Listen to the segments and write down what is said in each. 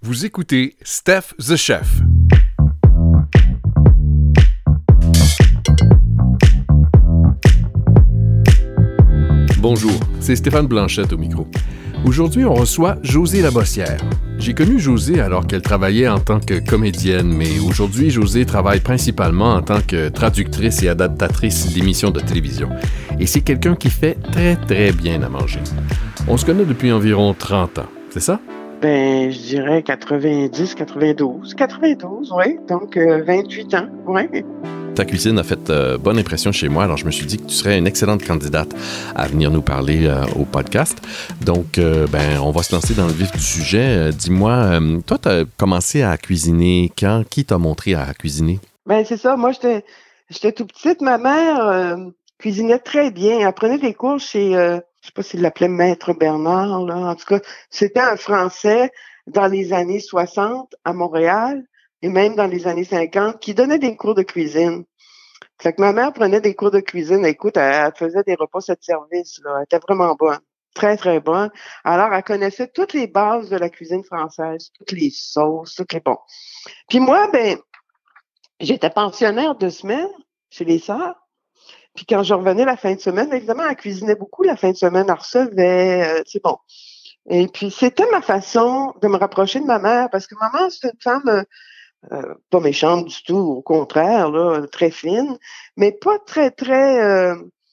Vous écoutez Steph the Chef. Bonjour, c'est Stéphane Blanchette au micro. Aujourd'hui, on reçoit Josée Labossière. J'ai connu Josée alors qu'elle travaillait en tant que comédienne, mais aujourd'hui, Josée travaille principalement en tant que traductrice et adaptatrice d'émissions de télévision. Et c'est quelqu'un qui fait très bien à manger. On se connaît depuis environ 30 ans, c'est ça? Ben, je dirais 90, 92. 92, oui. Donc, 28 ans, oui. Ta cuisine a fait bonne impression chez moi, alors je me suis dit que tu serais une excellente candidate à venir nous parler au podcast. Donc, on va se lancer dans le vif du sujet. Dis-moi, toi, tu as commencé à cuisiner quand? Qui t'a montré à cuisiner? Ben, c'est ça. Moi, j'étais tout petite. Ma mère cuisinait très bien. Elle prenait des cours chez, je sais pas s'il l'appelait Maître Bernard, là. En tout cas, c'était un Français dans les années 60 à Montréal et même dans les années 50 qui donnait des cours de cuisine. Fait que ma mère prenait des cours de cuisine. Écoute, elle faisait des repas de service, là. Elle était vraiment bonne. Très bonne. Alors, elle connaissait toutes les bases de la cuisine française, toutes les sauces, toutes les bons. Puis moi, ben, j'étais pensionnaire de semaine chez les sœurs. Puis quand je revenais la fin de semaine, évidemment, elle cuisinait beaucoup la fin de semaine. Elle recevait, c'est bon. Et puis, c'était ma façon de me rapprocher de ma mère parce que maman, c'est une femme pas méchante du tout, au contraire, là, très fine, mais pas très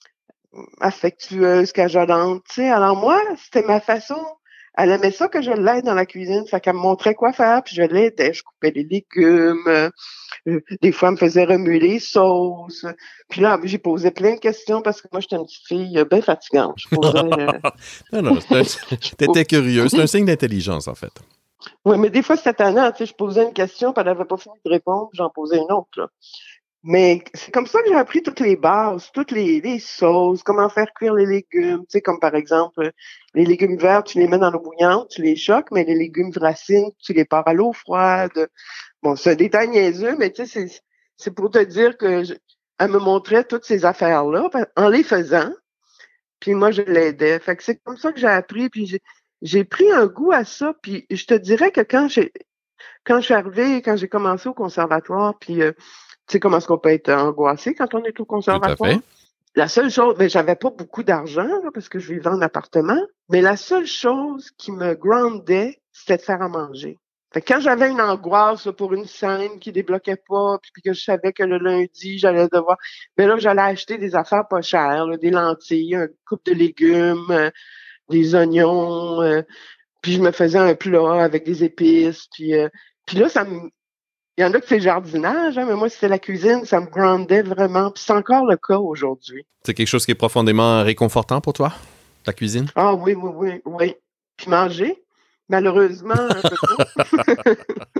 affectueuse, cajolante, tu sais. Alors moi, c'était ma façon. Elle aimait ça que je l'aide dans la cuisine, fait qu'elle me montrait quoi faire, puis je l'aidais, je coupais les légumes, des fois, elle me faisait remuer les sauces. Puis là, j'ai posé plein de questions parce que moi, j'étais une petite fille bien fatigante. Je posais... Non, t'étais curieux. C'est un signe d'intelligence, en fait. Oui, mais des fois, c'était tannant. Tu sais, je posais une question, puis elle n'avait pas fini de répondre, puis j'en posais une autre, là. Mais c'est comme ça que j'ai appris toutes les bases, toutes les sauces, comment faire cuire les légumes. Tu sais, comme par exemple, les légumes verts, tu les mets dans l'eau bouillante, tu les choques, mais les légumes racines, tu les pars à l'eau froide. Bon, c'est un détail niaiseux, mais tu sais, c'est pour te dire que elle me montrait toutes ces affaires-là en les faisant, puis moi, je l'aidais. Fait que c'est comme ça que j'ai appris, puis j'ai pris un goût à ça, puis je te dirais que quand je suis arrivée, quand j'ai commencé au conservatoire, puis tu sais comment est-ce qu'on peut être angoissé quand on est au conservatoire? Tout à fait. La seule chose, mais j'avais pas beaucoup d'argent là, parce que je vivais en appartement, mais la seule chose qui me groundait, c'était de faire à manger. Fait que quand j'avais une angoisse là, pour une scène qui débloquait pas, puis que je savais que le lundi, j'allais devoir... Mais là, j'allais acheter des affaires pas chères, là, des lentilles, un coupe de légumes, des oignons, puis je me faisais un plat avec des épices, puis là, il y en a que c'est le jardinage, hein, mais moi, c'était la cuisine, ça me groundait vraiment. Puis c'est encore le cas aujourd'hui. C'est quelque chose qui est profondément réconfortant pour toi, la cuisine? Ah oui. Puis manger, malheureusement, un peu trop.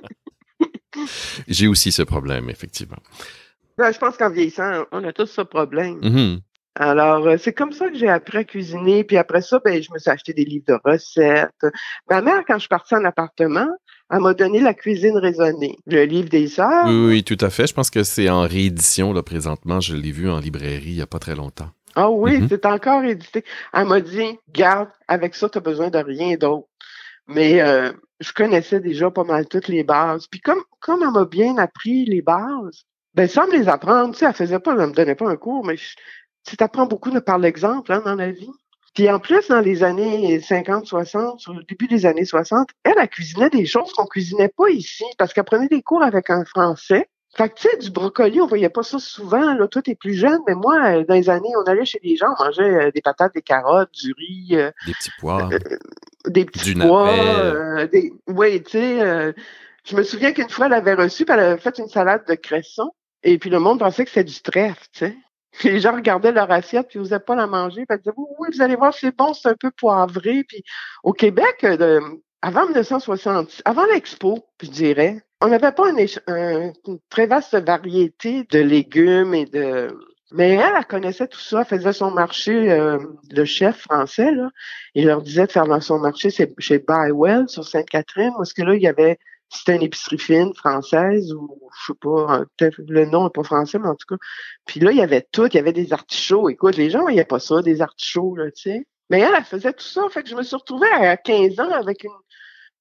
J'ai aussi ce problème, effectivement. Ben, je pense qu'en vieillissant, on a tous ce problème. Mm-hmm. Alors, c'est comme ça que j'ai appris à cuisiner. Puis après ça, ben, je me suis acheté des livres de recettes. Ma mère, quand je suis partie en appartement, elle m'a donné La cuisine raisonnée, le livre des sœurs. Oui, tout à fait. Je pense que c'est en réédition, là, présentement. Je l'ai vu en librairie il n'y a pas très longtemps. Ah oui, c'est encore édité. Elle m'a dit, garde, avec ça, tu n'as besoin de rien d'autre. Mais je connaissais déjà pas mal toutes les bases. Puis comme elle m'a bien appris les bases, ben sans me les apprendre, tu sais, elle me donnait pas un cours, mais tu apprends beaucoup par l'exemple hein, dans la vie. Puis en plus, dans les années 50, 60, sur le début des années 60, elle cuisinait des choses qu'on cuisinait pas ici, parce qu'elle prenait des cours avec un Français. Fait que, tu sais, du brocoli, on voyait pas ça souvent, là, toi, t'es plus jeune, mais moi, dans les années, on allait chez les gens, on mangeait des patates, des carottes, du riz. Des petits pois. Des petits pois. Oui, tu sais, je me souviens qu'une fois, elle avait reçu, puis elle avait fait une salade de cresson, et puis le monde pensait que c'était du trèfle, tu sais. Les gens regardaient leur assiette, puis ils n'osaient pas la manger. Puis ils disaient, oui, vous allez voir, c'est bon, c'est un peu poivré. Puis au Québec, avant 1960, avant l'Expo, je dirais, on n'avait pas une très vaste variété de légumes Mais elle connaissait tout ça, elle faisait son marché, le chef français, là. Il leur disait de faire dans son marché chez Bywell, sur Sainte-Catherine, parce que là, c'était une épicerie fine française ou je sais pas, peut-être le nom n'est pas français, mais en tout cas. Puis là, il y avait tout, il y avait des artichauts. Écoute, les gens ne voyaient pas ça, des artichauts, là, tu sais. Mais elle faisait tout ça. Fait que je me suis retrouvée à 15 ans avec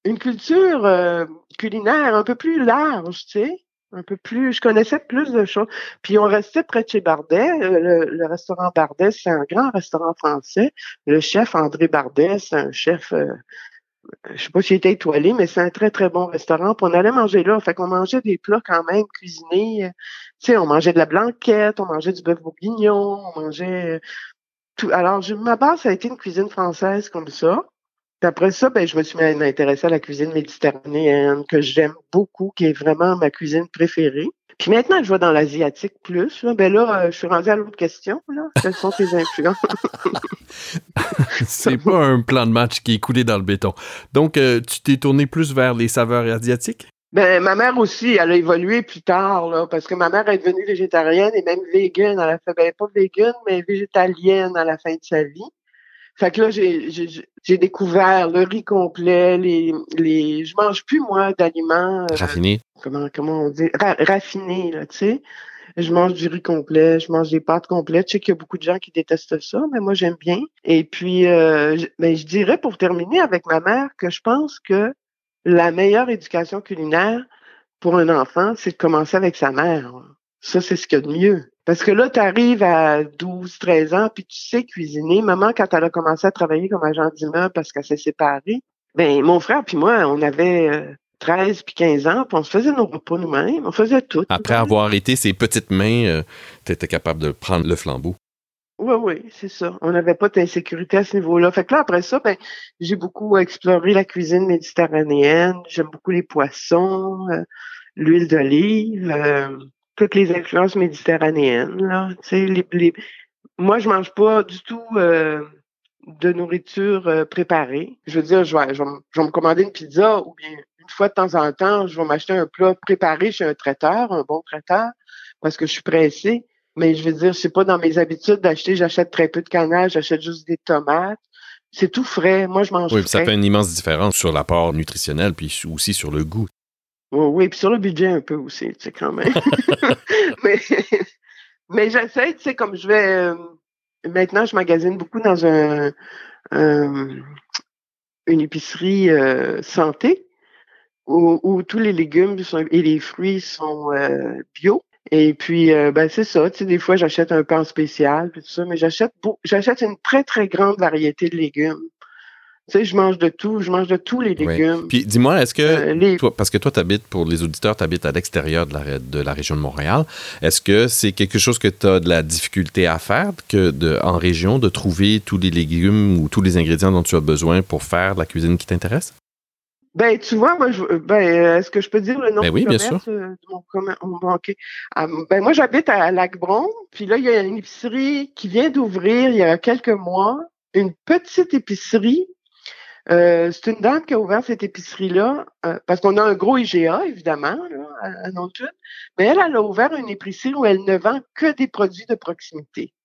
une culture culinaire un peu plus large, tu sais. Un peu plus, je connaissais plus de choses. Puis on restait près de chez Bardet. Le restaurant Bardet, c'est un grand restaurant français. Le chef André Bardet, c'est un chef, je sais pas s'il était étoilé, mais c'est un très, très bon restaurant. Puis on allait manger là. Fait qu'on mangeait des plats quand même cuisinés. Tu sais, on mangeait de la blanquette, on mangeait du bœuf bourguignon, on mangeait tout. Alors, ma base, ça a été une cuisine française comme ça. Puis après ça, ben, je me suis intéressée à la cuisine méditerranéenne, que j'aime beaucoup, qui est vraiment ma cuisine préférée. Puis maintenant que je vais dans l'asiatique plus, là, ben là, je suis rendue à l'autre question, là. Quelles sont tes influences? C'est pas un plan de match qui est coulé dans le béton. Donc, tu t'es tourné plus vers les saveurs asiatiques? Ben, ma mère aussi, elle a évolué plus tard, là, parce que ma mère est devenue végétarienne et même végane. Elle a fait, ben, pas végane, mais végétalienne à la fin de sa vie. Fait que là, j'ai découvert le riz complet, je mange plus, moi, d'aliments, Raffinés. comment on dit, raffinés, là, tu sais. Je mange du riz complet, je mange des pâtes complètes. Je sais qu'il y a beaucoup de gens qui détestent ça, mais moi, j'aime bien. Et puis, je dirais, pour terminer avec ma mère, que je pense que la meilleure éducation culinaire pour un enfant, c'est de commencer avec sa mère. Ça, c'est ce qu'il y a de mieux. Parce que là, tu arrives à 12, 13 ans, puis tu sais cuisiner. Maman, quand elle a commencé à travailler comme agent d'immeuble parce qu'elle s'est séparée, ben mon frère puis moi, on avait 13 puis 15 ans, puis on se faisait nos repas nous-mêmes. On faisait tout. Après avoir été ses petites mains, tu étais capable de prendre le flambeau. Oui, c'est ça. On n'avait pas d'insécurité à ce niveau-là. Fait que là, après ça, ben, j'ai beaucoup exploré la cuisine méditerranéenne. J'aime beaucoup les poissons, l'huile d'olive, toutes les influences méditerranéennes, là. Tu sais, moi, je mange pas du tout de nourriture préparée. Je veux dire, je vais me commander une pizza ou bien une fois de temps en temps, je vais m'acheter un plat préparé chez un traiteur, un bon traiteur, parce que je suis pressée. Mais je veux dire, c'est pas dans mes habitudes d'acheter, j'achète très peu de cannelle, j'achète juste des tomates. C'est tout frais. Moi, je mange Oui, frais. ça fait une immense différence sur l'apport nutritionnel, puis aussi sur le goût. Oui, puis sur le budget un peu aussi, tu sais, quand même. mais j'essaie, tu sais, comme je vais... maintenant, je magasine beaucoup dans une épicerie santé où tous les légumes et les fruits sont bio. Et puis, ben c'est ça, tu sais, des fois, j'achète un pain spécial, puis tout ça, mais j'achète une très, très grande variété de légumes. Tu sais, je mange de tout, je mange de tous les légumes. Oui. Puis dis-moi, est-ce que, parce que toi, pour les auditeurs, tu habites à l'extérieur de la région de Montréal, est-ce que c'est quelque chose que tu as de la difficulté à faire en région, de trouver tous les légumes ou tous les ingrédients dont tu as besoin pour faire la cuisine qui t'intéresse? Ben, tu vois, moi, est-ce que je peux dire le nom du oui, commerce bien sûr. De mon banquier? Ben, moi, j'habite à Lac-Brome, puis là, il y a une épicerie qui vient d'ouvrir il y a quelques mois, une petite épicerie. C'est une dame qui a ouvert cette épicerie-là, parce qu'on a un gros IGA, évidemment, là, à Norton, mais elle a ouvert une épicerie où elle ne vend que des produits de proximité.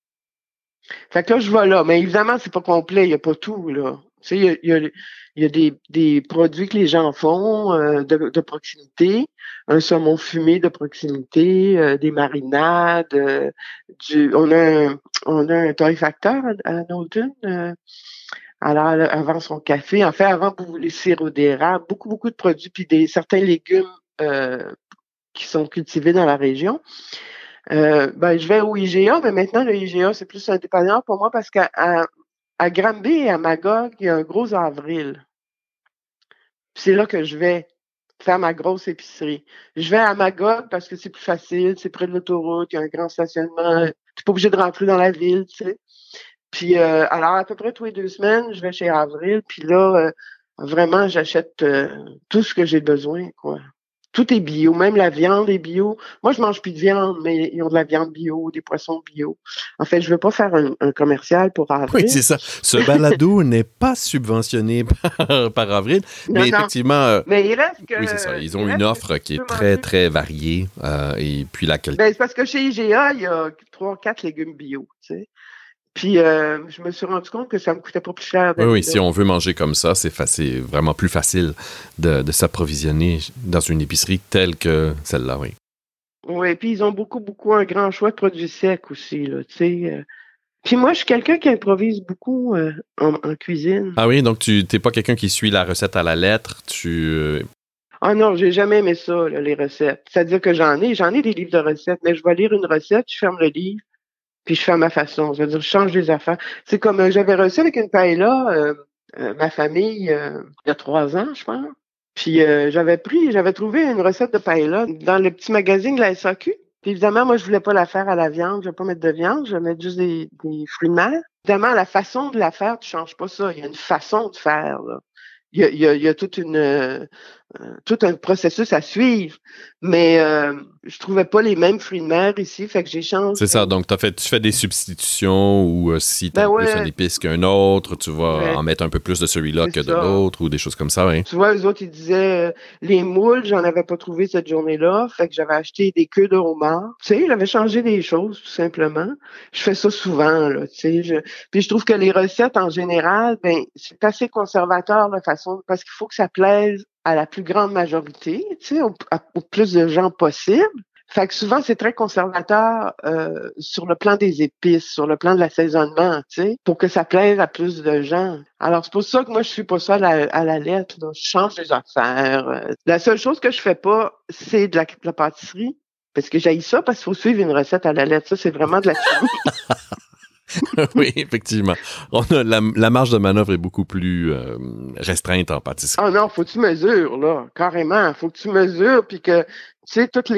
Fait que là, je vais là. Mais évidemment, c'est pas complet, il n'y a pas tout, là. Tu sais, il y a des produits que les gens font de proximité, un saumon fumé de proximité, des marinades, on a un torréfacteur à Norton, alors avant son café, en fait, avant les sirops d'érable, beaucoup de produits, puis certains légumes qui sont cultivés dans la région. Ben, je vais au IGA, mais maintenant, le IGA, c'est plus indépendant pour moi parce qu'à Granby et à Magog, il y a un gros avril. Puis c'est là que je vais faire ma grosse épicerie. Je vais à Magog parce que c'est plus facile, c'est près de l'autoroute, il y a un grand stationnement, tu n'es pas obligé de rentrer dans la ville, tu sais. Puis, alors, à peu près tous les 2 semaines, je vais chez Avril, puis là, vraiment, j'achète tout ce que j'ai besoin, quoi. Tout est bio, même la viande est bio. Moi, je mange plus de viande, mais ils ont de la viande bio, des poissons bio. En fait, je veux pas faire un commercial pour Avril. Oui, c'est ça. Ce balado n'est pas subventionné par Avril, mais effectivement... mais il reste que... Oui, c'est ça. Ils ont une offre qui est très, très variée, et puis la qualité... Ben, c'est parce que chez IGA, il y a 3-4 légumes bio, tu sais. Puis, je me suis rendu compte que ça me coûtait pas plus cher. Oui, si on veut manger comme ça, c'est vraiment plus facile de s'approvisionner dans une épicerie telle que celle-là, oui. Oui, puis ils ont beaucoup un grand choix de produits secs aussi, là, tu sais. Puis moi, je suis quelqu'un qui improvise beaucoup en cuisine. Ah oui, donc tu t'es pas quelqu'un qui suit la recette à la lettre, Ah non, j'ai jamais aimé ça, là, les recettes. C'est-à-dire que j'en ai des livres de recettes, mais je vais lire une recette, je ferme le livre, puis je fais à ma façon. C'est-à-dire, je change des affaires. C'est comme j'avais reçu avec une paella, ma famille, il y a 3 ans, je pense. Puis j'avais trouvé une recette de paella dans le petit magazine de la SAQ. Puis évidemment, moi, je voulais pas la faire à la viande. Je vais pas mettre de viande. Je vais mettre juste des fruits de mer. Évidemment, la façon de la faire, tu changes pas ça. Il y a une façon de faire, là. Il y a tout un processus à suivre. Mais je trouvais pas les mêmes fruits de mer ici, fait que j'échange. C'est ça, donc tu fais des substitutions ou si tu as plus un épice qu'un autre, tu vas en mettre un peu plus de celui-là que de l'autre ou des choses comme ça, oui. Tu vois, eux autres, ils disaient les moules, j'en avais pas trouvé cette journée-là, fait que j'avais acheté des queues de homard. Tu sais, j'avais changé des choses, tout simplement. Je fais ça souvent, là, tu sais. Puis je trouve que les recettes, en général, ben, c'est assez conservateur, la façon, parce qu'il faut que ça plaise à la plus grande majorité, tu sais, au plus de gens possible. Fait que souvent, c'est très conservateur sur le plan des épices, sur le plan de l'assaisonnement, tu sais, pour que ça plaise à plus de gens. Alors, c'est pour ça que moi, je suis pas ça à la lettre. Là. Je change des affaires. La seule chose que je fais pas, c'est de la pâtisserie. Parce que j'haïs ça, parce qu'il faut suivre une recette à la lettre. Ça, c'est vraiment de la chimie. Oui, effectivement. La marge de manœuvre est beaucoup plus restreinte en pâtisserie. Ah non, faut que tu mesures, là, carrément. Faut que tu mesures, puis que tu sais, toutes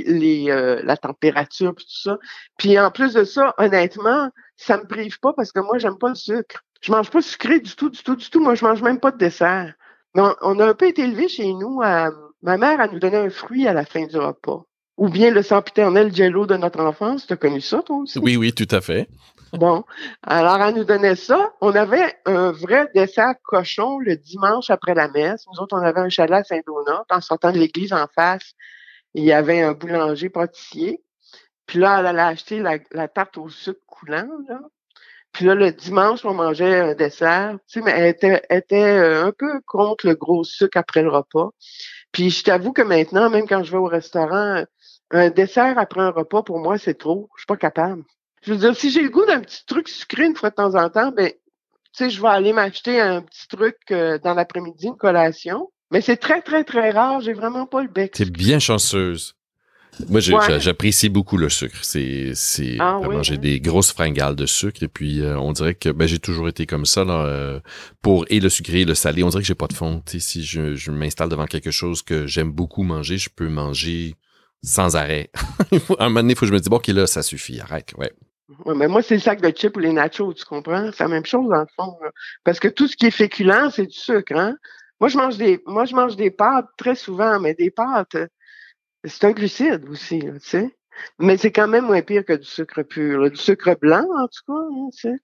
la température, puis tout ça. Puis en plus de ça, honnêtement, ça me prive pas parce que moi, j'aime pas le sucre. Je mange pas sucré du tout. Moi, je mange même pas de dessert. Mais on a un peu été élevés chez nous. Ma mère, elle nous donnait un fruit à la fin du repas. Ou bien le sempiternel Jello de notre enfance. Tu as connu ça, toi aussi? Oui, tout à fait. Bon, alors elle nous donnait ça. On avait un vrai dessert cochon le dimanche après la messe. Nous autres, on avait un chalet à Saint-Donat. En sortant de l'église en face, il y avait un boulanger-pâtissier. Puis là, elle allait acheter la tarte au sucre coulant, là. Puis là, le dimanche, on mangeait un dessert. Tu sais, mais elle était un peu contre le gros sucre après le repas. Puis je t'avoue que maintenant, même quand je vais au restaurant, un dessert après un repas, pour moi, c'est trop. Je suis pas capable. Je veux dire, si j'ai le goût d'un petit truc sucré une fois de temps en temps, ben, tu sais, je vais aller m'acheter un petit truc dans l'après-midi, une collation. Mais c'est très, très, très rare. J'ai vraiment pas le bec. T'es bien chanceuse. Moi, j'apprécie beaucoup le sucre. Vraiment, j'ai des grosses fringales de sucre et puis on dirait que j'ai toujours été comme ça là, pour et le sucré et le salé. On dirait que j'ai pas de fond. Tu sais, si je m'installe devant quelque chose que j'aime beaucoup manger, je peux manger sans arrêt. À un moment donné, il faut que je me dise bon, ok, là, ça suffit, arrête, ouais. Ouais, mais moi, c'est le sac de chips ou les nachos, tu comprends? C'est la même chose, dans le fond. Là. Parce que tout ce qui est féculent, c'est du sucre, hein? Moi, je mange des pâtes très souvent, mais des pâtes, c'est un glucide aussi, là, tu sais. Mais c'est quand même moins pire que du sucre pur, là. Du sucre blanc, en tout cas, hein, tu sais.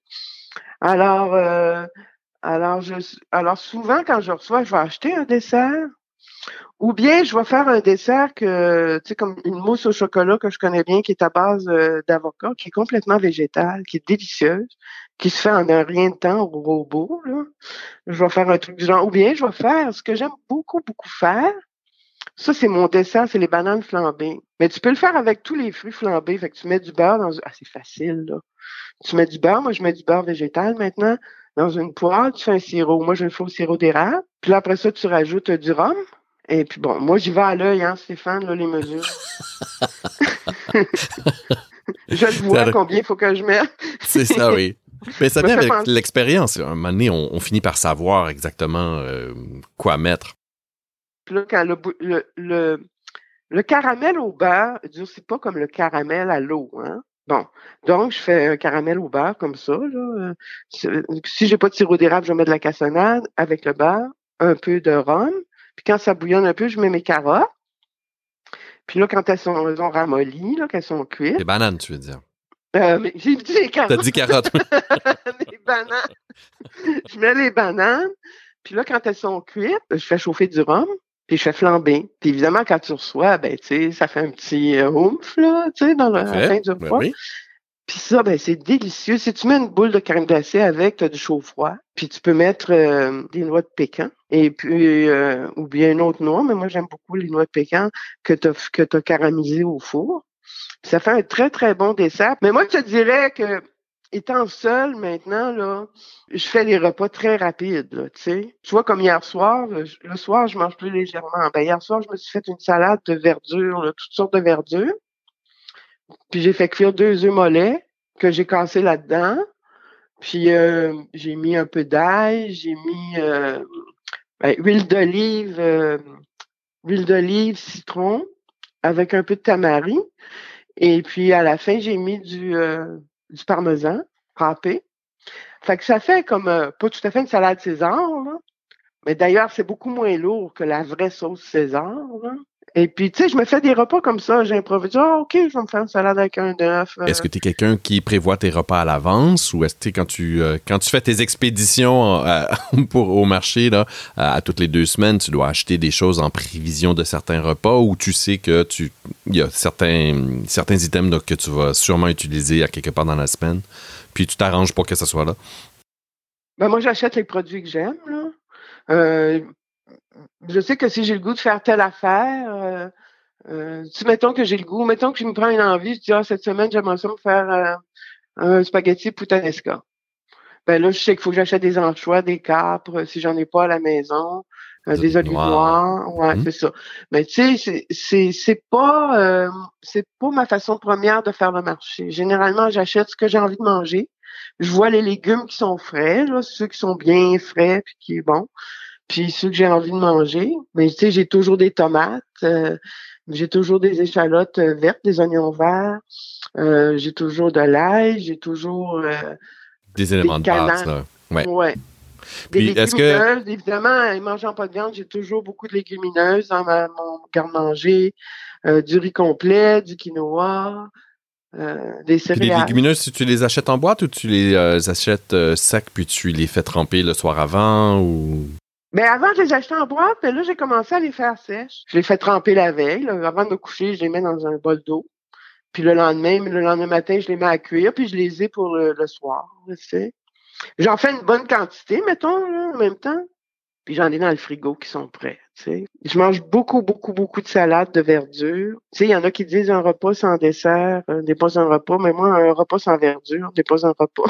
Alors souvent, quand je reçois, je vais acheter un dessert. Ou bien, je vais faire un dessert que, tu sais, comme une mousse au chocolat que je connais bien, qui est à base d'avocat, qui est complètement végétale, qui est délicieuse, qui se fait en un rien de temps au robot, là. Je vais faire un truc du genre. Ou bien, je vais faire ce que j'aime beaucoup, beaucoup faire. Ça, c'est mon dessert, c'est les bananes flambées. Mais tu peux le faire avec tous les fruits flambés. Fait que tu mets du beurre dans... Ah, c'est facile, là. Tu mets du beurre. Moi, je mets du beurre végétal maintenant. Dans une poêle, tu fais un sirop. Moi, je le fais au sirop d'érable. Puis là, après ça, tu rajoutes du rhum. Et puis bon, moi, j'y vais à l'œil, hein, Stéphane, là, les mesures. Je le vois combien il faut que je mette. C'est ça, oui. Mais ça vient avec l'expérience. À un moment donné, on finit par savoir exactement quoi mettre. Puis là, quand le caramel au beurre, c'est pas comme le caramel à l'eau, hein. Bon, donc je fais un caramel au beurre comme ça, là. Si j'ai pas de sirop d'érable, je mets de la cassonade avec le beurre, un peu de rhum. Puis quand ça bouillonne un peu, je mets mes carottes. Puis là, quand elles ont ramolli, là, qu'elles sont cuites. Les bananes, tu veux dire. Mais j'ai dit les carottes. T'as dit carottes. Les bananes. Je mets les bananes. Puis là, quand elles sont cuites, je fais chauffer du rhum. Puis je fais flamber. Puis évidemment, quand tu reçois, ben, tu sais, ça fait un petit oomph, là, tu sais, dans la fin du repas. Oui. Puis ça, ben, c'est délicieux. Si tu mets une boule de crème glacée avec, tu as du chaud-froid. Puis tu peux mettre des noix de pécan. Et puis, ou bien une autre noix, mais moi, j'aime beaucoup les noix de pécan que tu as caramélisées au four. Puis ça fait un très, très bon dessert. Mais moi, je te dirais que étant seule maintenant, là, je fais des repas très rapides, là, tu sais. Tu vois, comme hier soir, le soir, je mange plus légèrement. Ben, hier soir, je me suis fait une salade de verdure, là, toutes sortes de verdures. Puis j'ai fait cuire 2 œufs mollets que j'ai cassés là-dedans. Puis j'ai mis un peu d'ail, j'ai mis huile d'olive, citron, avec un peu de tamarin. Et puis à la fin, j'ai mis du parmesan râpé. Fait que ça fait comme pas tout à fait une salade César, là. Mais d'ailleurs, c'est beaucoup moins lourd que la vraie sauce César, là. Et puis, tu sais, je me fais des repas comme ça. J'improvise. Ah, OK, je vais me faire une salade avec un œuf. Est-ce que tu es quelqu'un qui prévoit tes repas à l'avance ou est-ce que quand tu fais tes expéditions au marché là, à toutes les 2 semaines, tu dois acheter des choses en prévision de certains repas ou tu sais que il y a certains items là, que tu vas sûrement utiliser à quelque part dans la semaine, puis tu t'arranges pour que ça soit là? Ben, moi, j'achète les produits que j'aime, là. Euh, je sais que si j'ai le goût de faire telle affaire, mettons que j'ai le goût, mettons que je me prends une envie, je dis, ah, cette semaine, j'aimerais ça me faire un spaghetti puttanesca. Ben là, je sais qu'il faut que j'achète des anchois, des capres, si j'en ai pas à la maison, des olives noires. Ouais, c'est ça. Mais tu sais, c'est pas ma façon première de faire le marché. Généralement, j'achète ce que j'ai envie de manger. Je vois les légumes qui sont frais, là, ceux qui sont bien frais puis qui est bon. Puis ceux que j'ai envie de manger. Mais tu sais, j'ai toujours des tomates, j'ai toujours des échalotes vertes, des oignons verts, j'ai toujours de l'ail, j'ai toujours des éléments de base, là. Ouais. Des Puis, légumineuses, évidemment, ne mangeant pas de viande, j'ai toujours beaucoup de légumineuses dans mon garde-manger, du riz complet, du quinoa, des Puis les céréales. légumineuses, si tu les achètes en boîte ou tu les achètes secs puis tu les fais tremper le soir avant ou... Mais avant, je les achetais en boîte, mais là, j'ai commencé à les faire sèches. Je les fais tremper la veille. Là. Avant de me coucher, je les mets dans un bol d'eau. Puis le lendemain matin, je les mets à cuire, puis je les ai pour le soir. Tu sais. J'en fais une bonne quantité, mettons, là, en même temps. Puis j'en ai dans le frigo qui sont prêts. Tu sais. Je mange beaucoup, beaucoup, beaucoup de salades, de verdure. Tu sais, il y en a qui disent un repas sans dessert n'est pas un repas, mais moi, un repas sans verdure n'est pas un repas.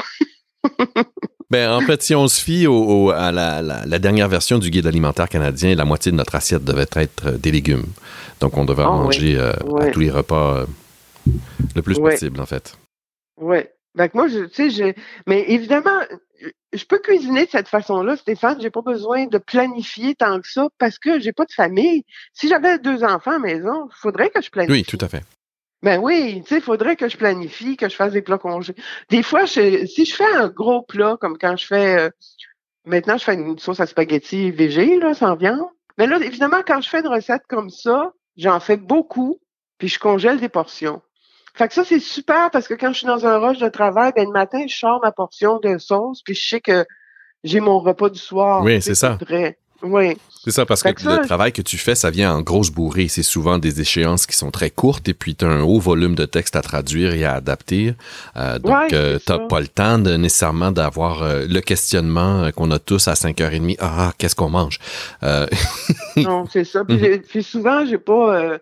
Ben, en fait, si on se fie à la dernière version du Guide alimentaire canadien, la moitié de notre assiette devait être des légumes. Donc, on devait en manger à tous les repas le plus possible, en fait. Oui. Donc, moi, mais évidemment, je peux cuisiner de cette façon-là, Stéphane. J'ai pas besoin de planifier tant que ça parce que j'ai pas de famille. Si j'avais 2 enfants à la maison, il faudrait que je planifie. Oui, tout à fait. Ben oui, tu sais, il faudrait que je planifie, que je fasse des plats congés. Des fois, si je fais un gros plat, comme quand je fais, maintenant, je fais une sauce à spaghetti végé, là, sans viande. Mais là, évidemment, quand je fais une recette comme ça, j'en fais beaucoup, puis je congèle des portions. Fait que ça, c'est super parce que quand je suis dans un rush de travail, ben, le matin, je sors ma portion de sauce, puis je sais que j'ai mon repas du soir. Oui, c'est ça. Oui. C'est ça, parce que le travail que tu fais, ça vient en grosse bourrée. C'est souvent des échéances qui sont très courtes et puis tu as un haut volume de texte à traduire et à adapter. Donc, tu n'as pas le temps nécessairement d'avoir le questionnement qu'on a tous à 5h30. Ah, qu'est-ce qu'on mange? Non, c'est ça. Puis souvent, j'ai pas...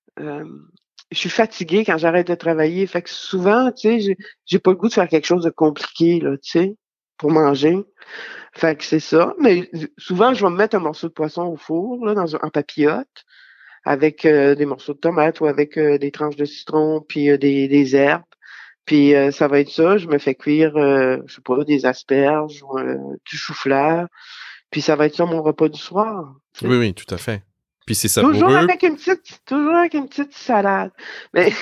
je suis fatiguée quand j'arrête de travailler. Fait que souvent, tu sais, j'ai pas le goût de faire quelque chose de compliqué, là, tu sais, pour manger. Fait que c'est ça. Mais souvent, je vais me mettre un morceau de poisson au four, là, en papillote, avec des morceaux de tomates ou avec des tranches de citron, puis des herbes. Puis ça va être ça. Je me fais cuire, je sais pas, des asperges ou du chou-fleur. Puis ça va être ça mon repas du soir. Tu sais. Oui, tout à fait. Puis c'est savoureux. Toujours avec une petite salade. Mais,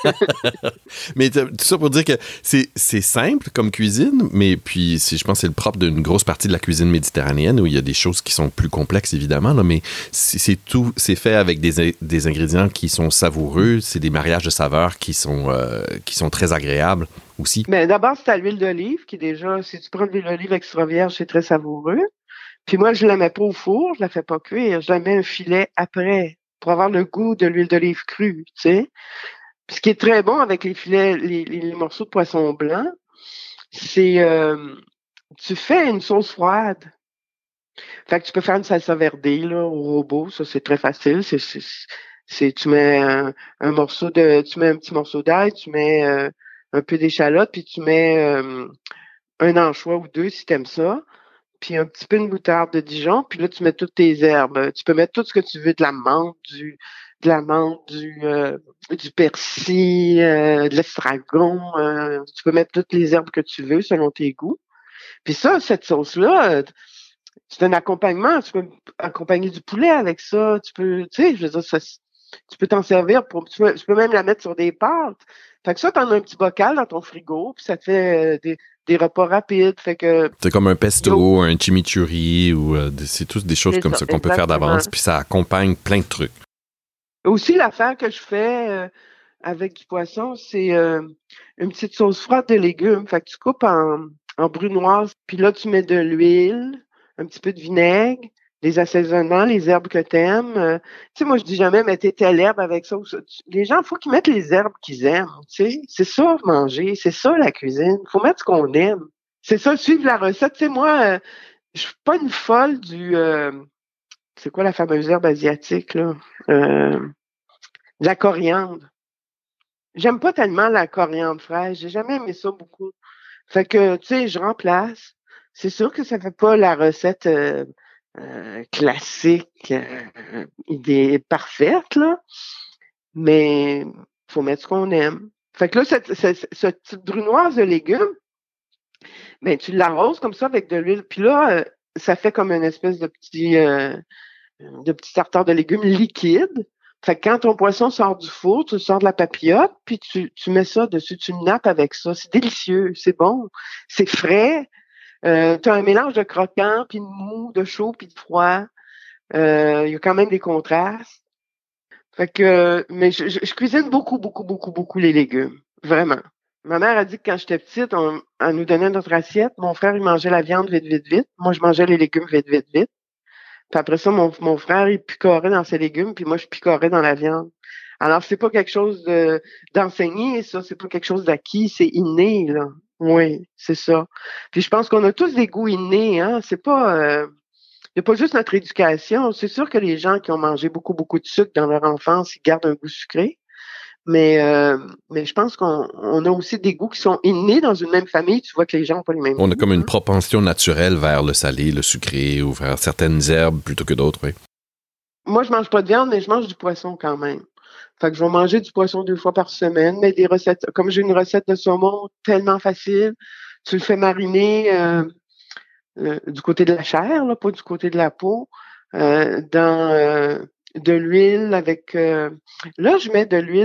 mais tout ça pour dire que c'est simple comme cuisine, mais puis je pense que c'est le propre d'une grosse partie de la cuisine méditerranéenne où il y a des choses qui sont plus complexes évidemment, là, mais c'est fait avec des ingrédients qui sont savoureux, c'est des mariages de saveurs qui sont très agréables aussi. Mais d'abord, c'est à l'huile d'olive qui déjà, si tu prends de l'huile d'olive extra vierge, c'est très savoureux. Puis moi, je la mets pas au four, je la fais pas cuire, je la mets un filet après pour avoir le goût de l'huile d'olive crue, tu sais. Puis ce qui est très bon avec les filets, les morceaux de poisson blanc, c'est tu fais une sauce froide. Fait que tu peux faire une salsa verde là au robot, ça c'est très facile. Tu mets tu mets un petit morceau d'ail, tu mets un peu d'échalote, puis tu mets un anchois ou deux si t'aimes ça, puis un petit peu de moutarde de Dijon, puis là, tu mets toutes tes herbes. Tu peux mettre tout ce que tu veux, de la menthe, du persil, de l'estragon. Tu peux mettre toutes les herbes que tu veux selon tes goûts. Puis ça, cette sauce-là, c'est un accompagnement. Tu peux accompagner du poulet avec ça. Tu peux, tu sais, je veux dire, tu peux t'en servir tu peux même la mettre sur des pâtes. Fait que ça, t'en as un petit bocal dans ton frigo, puis ça te fait des repas rapides. Fait que C'est comme un pesto, un chimichurri, ou c'est tous des choses c'est comme ça, ça qu'on peut faire exactement. d'avance, puis ça accompagne plein de trucs. Aussi, l'affaire que je fais avec du poisson, c'est une petite sauce froide de légumes. Fait que tu coupes en brunoise, puis là, tu mets de l'huile, un petit peu de vinaigre, des assaisonnements, les herbes que t'aimes. Tu sais, moi, je dis jamais mettez telle herbe avec ça ou ça. Les gens, il faut qu'ils mettent les herbes qu'ils aiment. Tu sais, c'est ça manger, c'est ça la cuisine. Il faut mettre ce qu'on aime. C'est ça, suivre la recette. Tu sais, moi, je suis pas une folle c'est quoi la fameuse herbe asiatique, là? De la coriandre. J'aime pas tellement la coriandre fraîche. J'ai jamais aimé ça beaucoup. Fait que, tu sais, je remplace. C'est sûr que ça fait pas la recette classique, parfaite, là, mais faut mettre ce qu'on aime. Fait que là, cette petite brunoise de légumes, ben, tu l'arroses comme ça avec de l'huile. Puis là, ça fait comme une espèce de petit tartare de légumes liquide. Fait que quand ton poisson sort du four, tu sors de la papillote, puis tu mets ça dessus, tu le nappes avec ça. C'est délicieux, c'est bon, c'est frais. Tu as un mélange de croquant, puis de mou, de chaud, puis de froid. Il y a quand même des contrastes. Fait que, mais je cuisine beaucoup, beaucoup, beaucoup, beaucoup les légumes. Vraiment. Ma mère a dit que quand j'étais petite, elle nous donnait notre assiette. Mon frère, il mangeait la viande vite, vite, vite. Moi, je mangeais les légumes vite, vite, vite. Puis après ça, mon frère, il picorait dans ses légumes, puis moi, je picorais dans la viande. Alors, c'est pas quelque chose d'enseigné, ça, c'est pas quelque chose d'acquis, c'est inné, là. Oui, c'est ça. Puis je pense qu'on a tous des goûts innés, hein. C'est pas, il n'y a pas juste notre éducation. C'est sûr que les gens qui ont mangé beaucoup, beaucoup de sucre dans leur enfance, ils gardent un goût sucré. Mais je pense qu'on a aussi des goûts qui sont innés dans une même famille. Tu vois que les gens n'ont pas les mêmes On a goûts. comme une propension naturelle vers le salé, le sucré, ou vers certaines herbes plutôt que d'autres, oui. Moi, je mange pas de viande, mais je mange du poisson quand même. Fait que je vais manger du poisson 2 fois par semaine, mais des recettes, comme j'ai une recette de saumon tellement facile, tu le fais mariner du côté de la chair, là, pas du côté de la peau, dans de l'huile avec. Là, je mets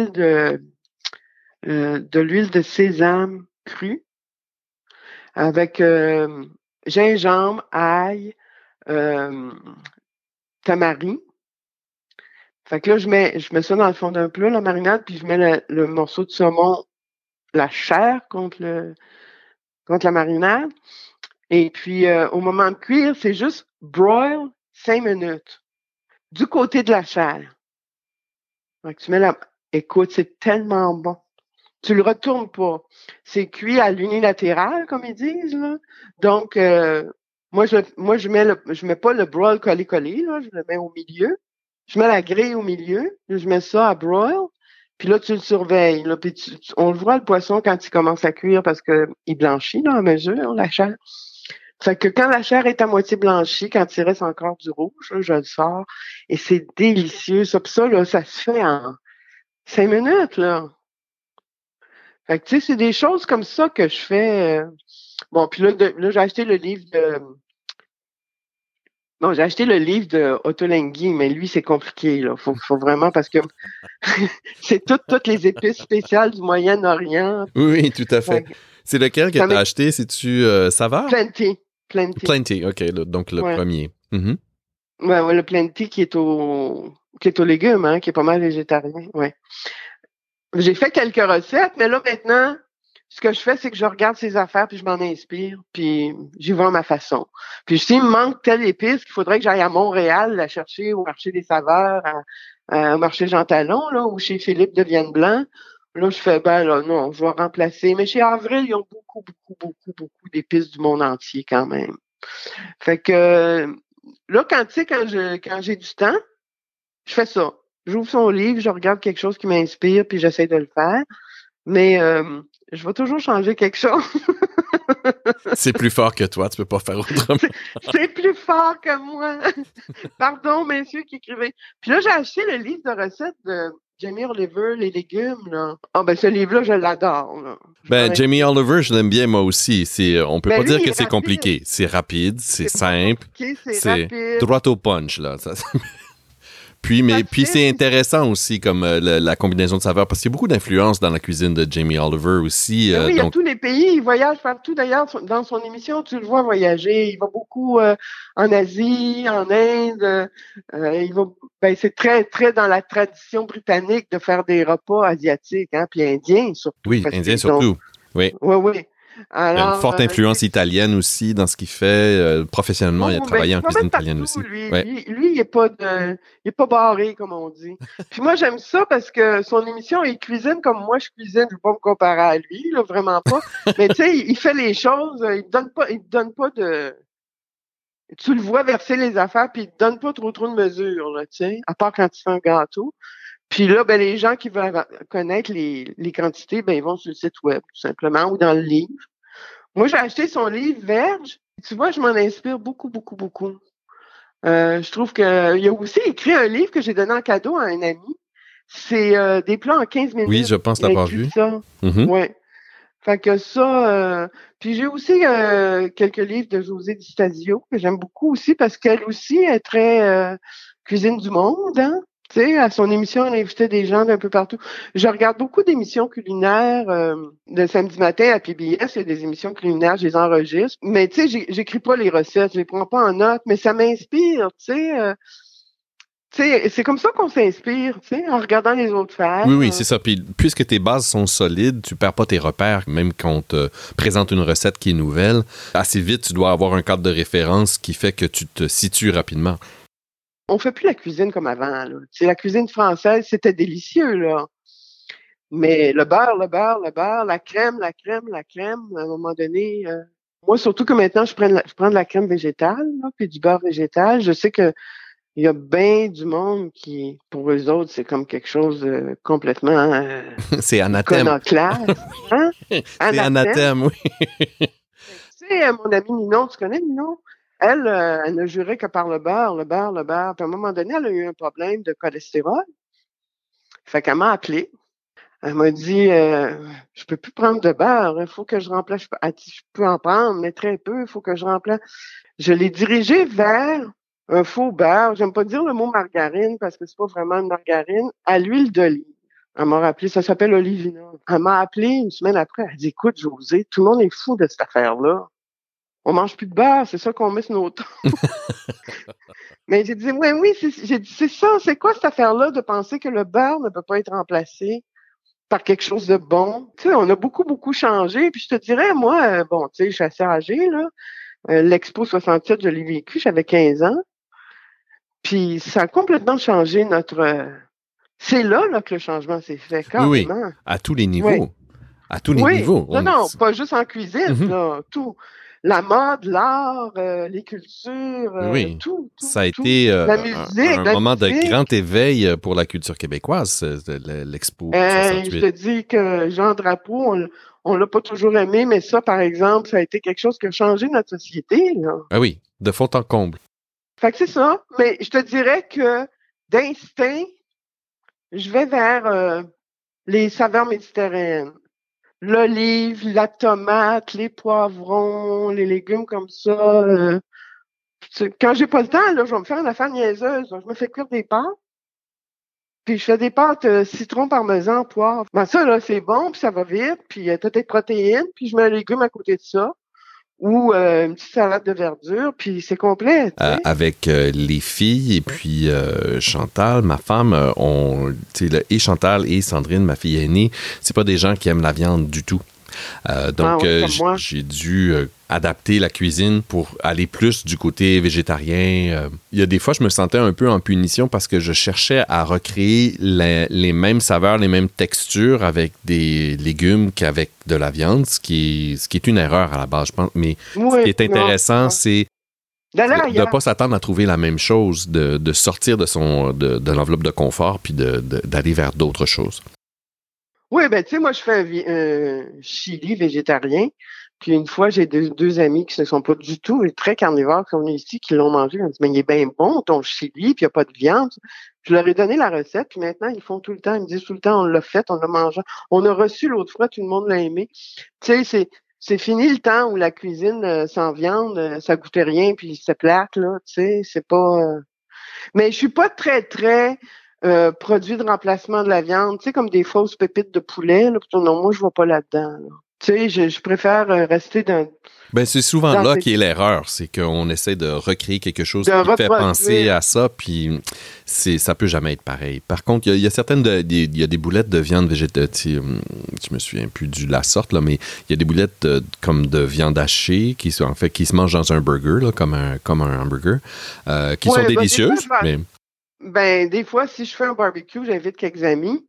de l'huile de sésame crue avec gingembre, ail, euh, tamari. Fait que là, je mets ça dans le fond d'un plat, la marinade, puis je mets le morceau de saumon, la chair contre la marinade. Et puis, au moment de cuire, c'est juste broil 5 minutes du côté de la chair. Fait que Écoute, c'est tellement bon. Tu le retournes pas. C'est cuit à l'unilatéral, comme ils disent, là. Donc, je mets pas le broil collé, là. Je le mets au milieu. Je mets la grille au milieu. Je mets ça à broil. Puis là, tu le surveilles, là. Puis on le voit, le poisson, quand il commence à cuire parce que il blanchit, là, à mesure, la chair. Fait que quand la chair est à moitié blanchie, quand il reste encore du rouge, là, je le sors. Et c'est délicieux, ça. Puis ça, là, ça se fait en 5 minutes, là. Fait que, tu sais, c'est des choses comme ça que je fais. Bon, puis là, j'ai acheté le livre de... Non, j'ai acheté le livre de Ottolenghi, mais lui, c'est compliqué, là. Faut vraiment, parce que c'est toutes les épices spéciales du Moyen-Orient. Oui, tout à fait. C'est lequel que tu as acheté? C'est-tu Saveur? Plenty. Plenty, OK, donc le premier. Mm-hmm. Ouais, le Plenty qui est aux légumes, hein, qui est pas mal végétarien, ouais. J'ai fait quelques recettes, mais là, maintenant, ce que je fais, c'est que je regarde ces affaires, puis je m'en inspire, puis j'y vais à ma façon. Puis s'il me manque telle épice, il faudrait que j'aille à Montréal la chercher au marché des saveurs, au marché Jean Talon, là, ou chez Philippe de Vienne-Blanc. Là, je fais, ben là, non, je vais remplacer. Mais chez Avril, ils ont beaucoup, beaucoup, beaucoup, beaucoup d'épices du monde entier quand même. Fait que là, quand j'ai du temps, je fais ça. J'ouvre son livre, je regarde quelque chose qui m'inspire, puis j'essaie de le faire. Mais je vais toujours changer quelque chose. C'est plus fort que toi, tu peux pas faire autrement. C'est plus fort que moi. Pardon, messieurs qui écrivaient. Puis là, j'ai acheté le livre de recettes de Jamie Oliver, les légumes, là. Ah, ben, ce livre-là, je l'adore, là. Jamie Oliver, je l'aime bien, moi aussi. On peut pas lui, dire il que est c'est rapide. compliqué. C'est rapide, c'est pas simple. compliqué, c'est rapide. Droit au punch, là. Puis c'est intéressant aussi comme la combinaison de saveurs, parce qu'il y a beaucoup d'influence dans la cuisine de Jamie Oliver aussi. Oui, il y a tous les pays, il voyage partout. D'ailleurs, dans son émission, tu le vois voyager. Il va beaucoup en Asie, en Inde. C'est très, très dans la tradition britannique de faire des repas asiatiques, hein, puis indiens surtout. Oui, indiens surtout. Oui. Oui. Alors, il y a une forte influence italienne aussi dans ce qu'il fait. Professionnellement, il a travaillé en cuisine italienne aussi. Lui, il est pas barré, comme on dit. Puis moi, j'aime ça parce que son émission, il cuisine comme moi, je cuisine. Je ne vais pas me comparer à lui, là, vraiment pas. Mais tu sais, il fait les choses, il te donne pas de... Tu le vois verser les affaires, puis il te donne pas trop de mesures, là, tu sais, à part quand il fait un gâteau. Puis là, ben, les gens qui veulent connaître les quantités, ben, ils vont sur le site web, tout simplement, ou dans le livre. Moi, j'ai acheté son livre Verge. Tu vois, je m'en inspire beaucoup, beaucoup, beaucoup. Je trouve qu'il a aussi écrit un livre que j'ai donné en cadeau à un ami. C'est des plats en 15 minutes. Oui, je pense l'avoir vu. Ça. Mm-hmm. Oui. Fait que ça... Puis j'ai aussi quelques livres de José Di Stasio que j'aime beaucoup aussi parce qu'elle aussi est très cuisine du monde, hein? Tu sais, à son émission, elle invitait des gens d'un peu partout. Je regarde beaucoup d'émissions culinaires le samedi matin à PBS. Il y a des émissions culinaires, je les enregistre. Mais tu sais, j'écris pas les recettes, je les prends pas en note, mais ça m'inspire, tu sais. C'est comme ça qu'on s'inspire, tu sais, en regardant les autres faire. Oui, c'est ça. Puis, puisque tes bases sont solides, tu perds pas tes repères. Même quand on te présente une recette qui est nouvelle, assez vite, tu dois avoir un cadre de référence qui fait que tu te situes rapidement. On fait plus la cuisine comme avant, là. Tu sais, la cuisine française, c'était délicieux, là. Mais le beurre, la crème, à un moment donné... Moi, surtout que maintenant, je prends de la crème végétale, là, puis du beurre végétal. Je sais que il y a bien du monde qui, pour eux autres, c'est comme quelque chose de complètement... c'est anathème. Iconoclaste. Hein? C'est anathème, oui. Tu sais, mon amie Ninon, tu connais Ninon? Elle ne jurait que par le beurre. Puis à un moment donné, elle a eu un problème de cholestérol. Fait qu'elle m'a appelée. Elle m'a dit, je peux plus prendre de beurre. Il faut que je remplace. Elle dit, je peux en prendre, mais très peu. Il faut que je remplace. Je l'ai dirigée vers un faux beurre. J'aime pas dire le mot margarine parce que c'est pas vraiment une margarine. À l'huile d'olive. Elle m'a rappelé, ça s'appelle Olivina. Elle m'a appelé une semaine après. Elle dit, écoute, José, tout le monde est fou de cette affaire-là. On mange plus de beurre, c'est ça qu'on met sur nos toasts. Mais j'ai dit, oui, j'ai dit, c'est ça, c'est quoi cette affaire-là de penser que le beurre ne peut pas être remplacé par quelque chose de bon? Tu sais, on a beaucoup, beaucoup changé. Puis je te dirais, moi, tu sais, je suis assez âgée, là. L'Expo 67, je l'ai vécu, j'avais 15 ans. Puis ça a complètement changé notre... C'est là que le changement s'est fait, carrément. Oui, à tous les niveaux. Oui. À tous les niveaux. Non, pas juste en cuisine, là, tout. La mode, l'art, les cultures, tout. Ça a été la musique, un moment de grand éveil pour la culture québécoise, l'Expo 68. Je te dis que Jean Drapeau, on l'a pas toujours aimé, mais ça, par exemple, ça a été quelque chose qui a changé notre société, là. Ah oui, de fond en comble. Fait que c'est ça. Mais je te dirais que d'instinct, je vais vers les saveurs méditerranéennes. L'olive, la tomate, les poivrons, les légumes comme ça. Quand j'ai pas le temps, là, je vais me faire une affaire niaiseuse. Je me fais cuire des pâtes. Puis je fais des pâtes citron, parmesan, poivre. Ben ça, là, c'est bon, puis ça va vite. Puis t'as tes protéines. Puis je mets un légume à côté de ça. Ou une petite salade de verdure, puis c'est complet. Avec les filles et puis Chantal, ma femme, et Chantal et Sandrine, ma fille aînée, c'est pas des gens qui aiment la viande du tout. Donc, j'ai dû adapter la cuisine pour aller plus du côté végétarien. Il y a des fois, je me sentais un peu en punition parce que je cherchais à recréer les mêmes saveurs, les mêmes textures avec des légumes qu'avec de la viande, ce qui est une erreur à la base, je pense. Mais ce qui est intéressant, c'est de ne pas s'attendre à trouver la même chose, de sortir de l'enveloppe de confort puis d'aller vers d'autres choses. Oui, ben tu sais, moi, je fais un chili végétarien. Puis une fois, j'ai deux amis qui ne sont pas du tout très carnivores qui sont venus ici, qui l'ont mangé. Ils m'ont dit, mais il est bien bon, ton chili, puis il n'y a pas de viande. Je leur ai donné la recette, puis maintenant, ils font tout le temps. Ils me disent tout le temps, on l'a fait, on l'a mangé. On a reçu l'autre fois, tout le monde l'a aimé. Tu sais, c'est fini le temps où la cuisine sans viande, ça goûtait rien, puis c'est plate, là. Tu sais, c'est pas... Mais je suis pas très produit de remplacement de la viande, tu sais, comme des fausses pépites de poulet. Là. Non, moi, je ne vais pas là-dedans. Là. Tu sais, je préfère rester Ben, c'est souvent dans là ces- qui est l'erreur, c'est qu'on essaie de recréer quelque chose de qui fait penser reproduire. à ça, puis ça peut jamais être pareil. Par contre, il y a il y a des boulettes de viande végétative, je me souviens plus de la sorte, là, mais il y a des boulettes comme de viande hachée qui se mangent dans un burger, là, comme un hamburger, qui sont Ouais, ben, délicieuses, mais... des fois, si je fais un barbecue, j'invite quelques amis.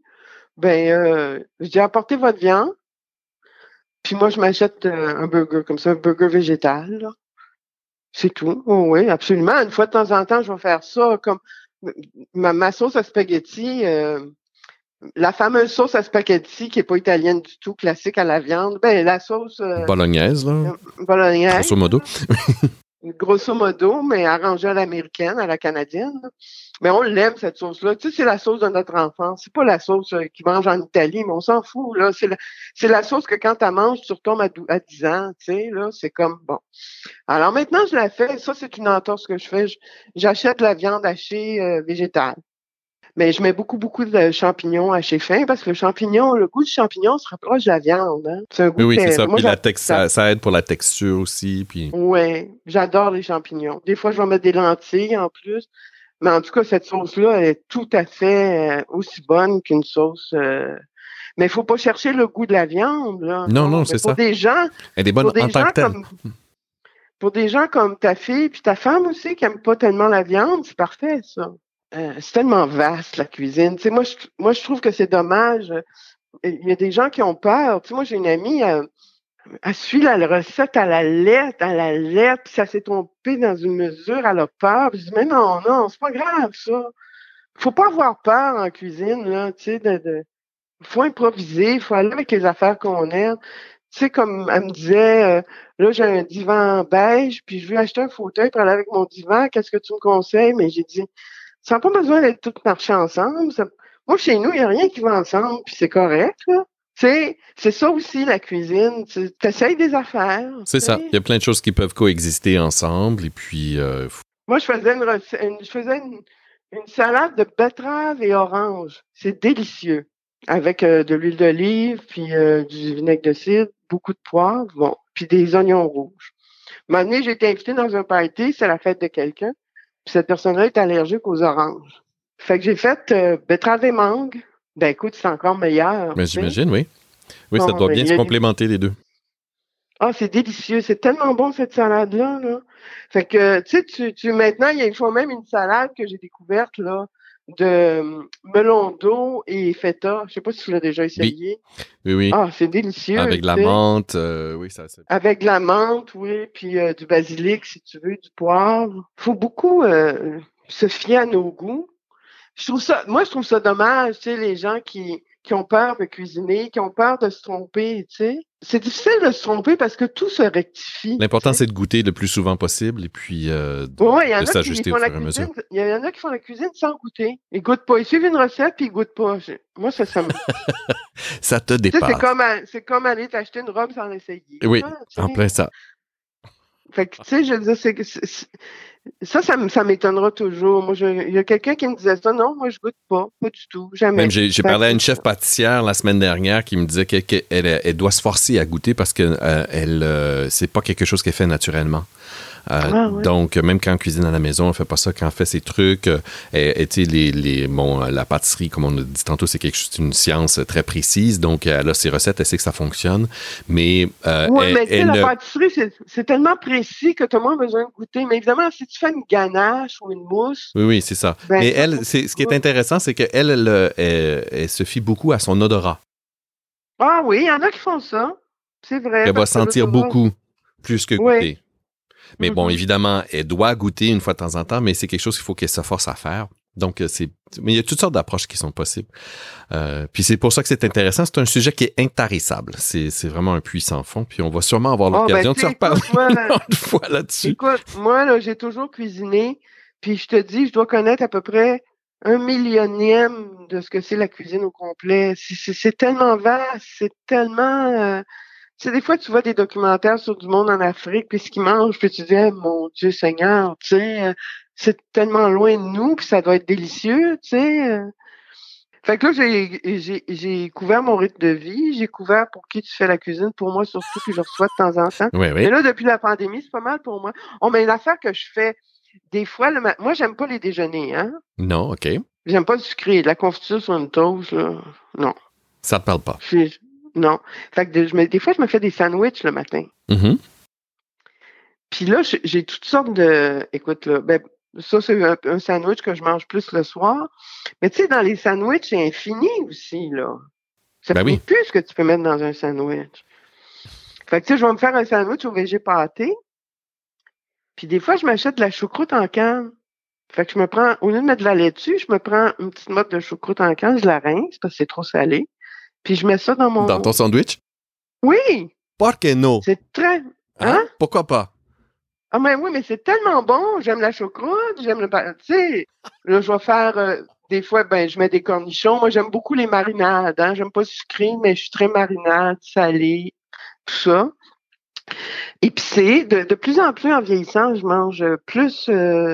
Je dis apportez votre viande, puis moi, je m'achète un burger comme ça, un burger végétal. Là. C'est tout. Oh, oui, absolument. Une fois de temps en temps, je vais faire ça comme ma sauce à spaghetti. La fameuse sauce à spaghetti qui n'est pas italienne du tout, classique à la viande, ben la sauce Bolognaise, là, bolognaise, grosso modo. grosso modo, mais arrangée à l'américaine, à la canadienne. Là. Mais on l'aime, cette sauce-là. Tu sais, c'est la sauce de notre enfance. C'est pas la sauce qu'ils mangent en Italie, mais on s'en fout. Là. C'est la sauce que quand tu manges, tu retombes à 10 ans. Tu sais, là, c'est comme bon. Alors maintenant, je la fais. Ça, c'est une entorse que je fais. J'achète de la viande hachée végétale. Mais je mets beaucoup de champignons hachés fins parce que le goût du champignon se rapproche de la viande. Hein. C'est un goût Oui, c'est ça. moi, Puis ça aide pour la texture aussi. Puis... ouais, j'adore les champignons. Des fois, je vais mettre des lentilles en plus. Mais en tout cas, cette sauce-là, elle est tout à fait aussi bonne qu'une sauce. Mais il faut pas chercher le goût de la viande. Là. Non, Mais c'est ça. Elle est bonne pour des en tant gens que telle. pour des gens comme ta fille puis ta femme aussi qui n'aiment pas tellement la viande, c'est parfait, ça. C'est tellement vaste, la cuisine. Tu sais, moi, je trouve que c'est dommage. Il y a des gens qui ont peur. Tu sais, moi, j'ai une amie, elle suit la recette à la lettre, puis ça s'est trompé dans une mesure, elle a peur. Puis je dis, mais non, c'est pas grave, ça. Faut pas avoir peur en cuisine, là, tu sais, faut improviser, faut aller avec les affaires qu'on aime. Tu sais, comme elle me disait, là, j'ai un divan beige, puis je veux acheter un fauteuil pour aller avec mon divan, qu'est-ce que tu me conseilles? Mais j'ai dit, ça n'a pas besoin d'être toutes marchées ensemble. Moi, chez nous, il n'y a rien qui va ensemble, puis c'est correct, là. Tu sais, c'est ça aussi, la cuisine. Tu essayes des affaires. C'est ça. Il y a plein de choses qui peuvent coexister ensemble. Et puis, Moi, je faisais une salade de betterave et orange. C'est délicieux. Avec de l'huile d'olive, puis du vinaigre de cidre, beaucoup de poivre, bon, puis des oignons rouges. Un moment donné, j'ai été invitée dans un party, c'est la fête de quelqu'un, puis cette personne-là est allergique aux oranges. Fait que j'ai fait betterave et mangue. Ben écoute, c'est encore meilleur. mais j'imagine, oui. Oui, ça Bon, doit ben, bien se complémenter les deux. Ah, c'est délicieux. C'est tellement bon, cette salade-là, là. Fait que, tu sais, maintenant, ils font même une salade que j'ai découverte, là, de melon d'eau et feta. Je sais pas si tu l'as déjà essayé. Oui. Ah, c'est délicieux. Avec de la menthe, oui, ça. Avec de la menthe, oui, puis du basilic, si tu veux, du poivre. Faut beaucoup se fier à nos goûts. Je trouve ça dommage, tu sais, les gens qui ont peur de cuisiner, qui ont peur de se tromper, tu sais. C'est difficile de se tromper parce que tout se rectifie. L'important, tu sais. c'est de goûter le plus souvent possible et puis Ouais, il y en de a qui s'ajuster font au la fur et à mesure. cuisine. Il y en a qui font la cuisine sans goûter. Ils goûtent pas. Ils suivent une recette puis ils goûtent pas. Moi, ça me. Ça te Tu sais, dépasse. c'est comme aller t'acheter une robe sans l'essayer. Oui, Hein, tu en sais. plein ça. Fait que, tu sais, je veux dire, ça m'étonnera toujours. Moi, il y a quelqu'un qui me disait ça. Non, moi, je goûte pas du tout. Jamais. Même j'ai parlé à une chef pâtissière la semaine dernière qui me disait qu'elle doit se forcer à goûter parce que c'est pas quelque chose qu'elle fait naturellement. Ouais. Donc, même quand on cuisine à la maison, on fait pas ça. Quand on fait ses trucs, et tu sais, la pâtisserie, comme on a dit tantôt, c'est une science très précise. Donc, elle a ses recettes, elle sait que ça fonctionne. Mais, mais tu sais, la pâtisserie, c'est tellement précis que tu as moins besoin de goûter. Mais évidemment, si tu fais une ganache ou une mousse. Oui, c'est ça. Ben, mais elle, ce qui est intéressant, c'est qu'elle elle se fie beaucoup à son odorat. Ah oui, il y en a qui font ça. C'est vrai. Elle va sentir beaucoup plus que goûter. Oui. Mais bon, évidemment, elle doit goûter une fois de temps en temps, mais c'est quelque chose qu'il faut qu'elle se force à faire. Donc, mais il y a toutes sortes d'approches qui sont possibles. Puis c'est pour ça que c'est intéressant. C'est un sujet qui est intarissable. C'est vraiment un puits sans fond. Puis on va sûrement avoir l'occasion de se reparler une fois là-dessus. Écoute, moi, là, j'ai toujours cuisiné. Puis je te dis, je dois connaître à peu près 1/100000e de ce que c'est la cuisine au complet. C'est tellement vaste, c'est tellement... tu sais, des fois, tu vois des documentaires sur du monde en Afrique, puis ce qu'ils mangent, puis tu dis, mon Dieu Seigneur, tu sais, c'est tellement loin de nous, puis ça doit être délicieux, tu sais. Fait que là, j'ai couvert mon rythme de vie, j'ai couvert pour qui tu fais la cuisine, pour moi surtout, puis je reçois de temps en temps. Oui. Mais là, depuis la pandémie, c'est pas mal pour moi. Oh, mais une affaire que je fais, des fois, moi, j'aime pas les déjeuners, hein. Non, OK. J'aime pas le sucré. La confiture sur une toast, là, non. Ça te parle pas? Non. Fait que des fois, je me fais des sandwichs le matin. Mm-hmm. Puis là, j'ai toutes sortes de... Écoute, là, ça, c'est un sandwich que je mange plus le soir. Mais tu sais, dans les sandwichs, c'est infini aussi, là. Ça finit plus ce que tu peux mettre dans un sandwich. Fait que tu sais, je vais me faire un sandwich au végé pâté. Puis des fois, je m'achète de la choucroute en canne. Fait que je me prends, au lieu de mettre de la laitue, je me prends une petite motte de choucroute en canne, je la rince parce que c'est trop salé. Puis je mets ça dans mon... Dans ton sandwich? Oui! Por que no? C'est très... Hein? Pourquoi pas? Ah, mais oui, mais c'est tellement bon. J'aime la choucroute, j'aime le... Tu sais, là, je vais faire... des fois, je mets des cornichons. Moi, j'aime beaucoup les marinades. Hein? J'aime pas le sucré, mais je suis très marinade, salée, tout ça. Épicé. De plus en plus, en vieillissant, je mange plus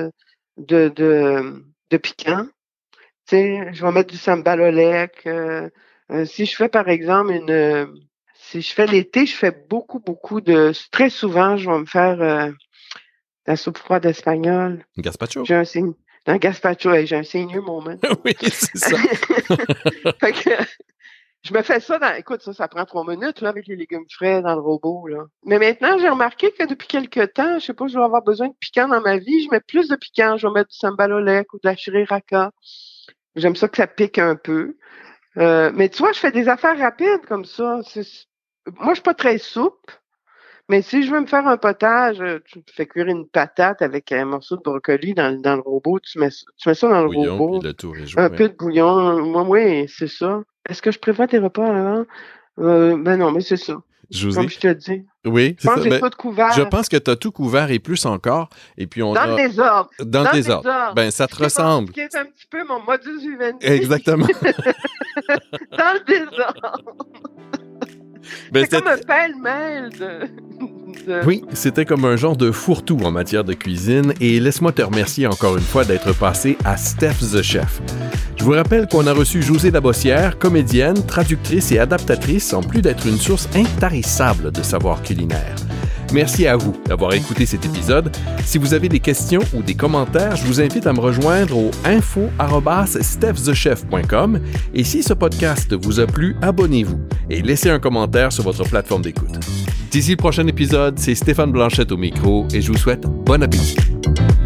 de piquant. Tu sais, je vais mettre du sambal olek. Si je fais, par exemple, si je fais l'été, je fais beaucoup de... Très souvent, je vais me faire la soupe froide espagnole. Un gazpacho? Un gazpacho, j'ai un senior moment. Oui, c'est ça. Fait que je me fais ça écoute, ça prend 3 minutes, là, avec les légumes frais dans le robot, là. Mais maintenant, j'ai remarqué que depuis quelques temps, je sais pas, je vais avoir besoin de piquant dans ma vie. Je mets plus de piquant. Je vais mettre du sambal olek ou de la chiriraca. J'aime ça que ça pique un peu. Mais tu vois, je fais des affaires rapides comme ça. Moi, je suis pas très souple, mais si je veux me faire un potage, tu fais cuire une patate avec un morceau de brocoli dans le robot, tu mets ça dans le bouillon, robot. Puis le tour est joué, un peu de bouillon. Moi, oui, c'est ça. Est-ce que je prévois des repas avant? Non, mais c'est ça. Comme je te dis. Oui, je pense que j'ai tout couvert. Je pense que tu as tout couvert et plus encore. Et puis dans le désordre. Dans le désordre. Ben, ça te ressemble. Ce qui est un petit peu mon modus vivendi. Exactement. Dans le désordre. C'est comme un pêle-mêle de... Oui, c'était comme un genre de fourre-tout en matière de cuisine. Et laisse-moi te remercier encore une fois d'être passé à Steph the Chef. Je vous rappelle qu'on a reçu Josée Labossière, comédienne, traductrice et adaptatrice, en plus d'être une source intarissable de savoir culinaire. Merci à vous d'avoir écouté cet épisode. Si vous avez des questions ou des commentaires, je vous invite à me rejoindre au info@stephthechef.com. Et si ce podcast vous a plu, abonnez-vous et laissez un commentaire sur votre plateforme d'écoute. D'ici le prochain épisode, c'est Stéphane Blanchette au micro et je vous souhaite bon appétit.